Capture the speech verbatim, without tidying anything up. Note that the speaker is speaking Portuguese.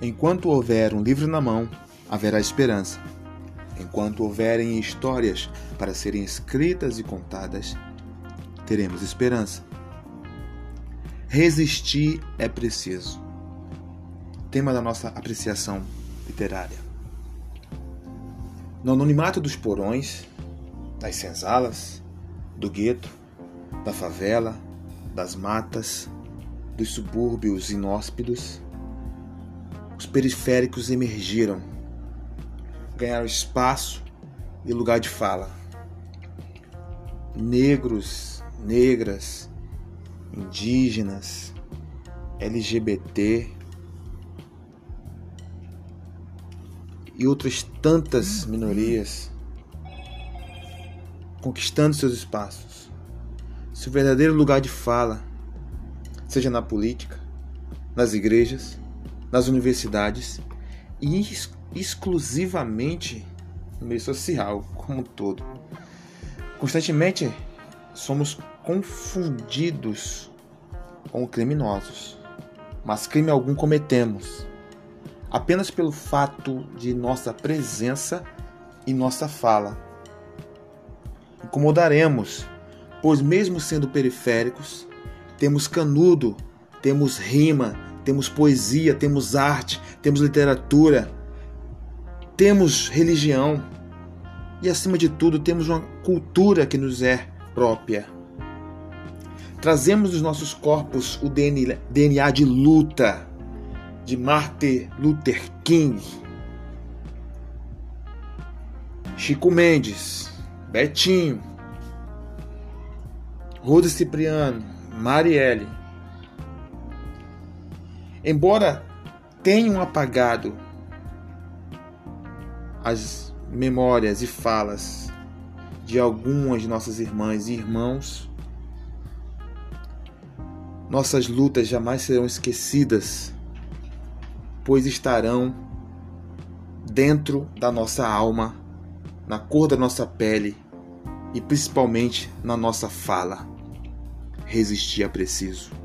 Enquanto houver um livro na mão, haverá esperança. Enquanto houverem histórias para serem escritas e contadas, teremos esperança. Resistir é preciso. Tema da nossa apreciação literária. No anonimato dos porões, das senzalas, do gueto, da favela, das matas, dos subúrbios inóspidos, os periféricos emergiram, ganharam espaço e lugar de fala. Negros, negras, indígenas, L G B T e outras tantas minorias conquistando seus espaços, seu verdadeiro lugar de fala, seja na política, nas igrejas, nas universidades e ex- exclusivamente no meio social como um todo. Constantemente somos confundidos com criminosos, mas crime algum cometemos, apenas pelo fato de nossa presença e nossa fala. Incomodaremos, pois mesmo sendo periféricos, temos canudo, temos rima, temos poesia, temos arte, temos literatura, temos religião e, acima de tudo, temos uma cultura que nos é própria. Trazemos nos nossos corpos o D N A de luta de Martin Luther King, Chico Mendes, Betinho, Rose Cipriano, Marielle. Embora tenham apagado as memórias e falas de algumas de nossas irmãs e irmãos, nossas lutas jamais serão esquecidas, pois estarão dentro da nossa alma, na cor da nossa pele e principalmente na nossa fala. Resistir é preciso.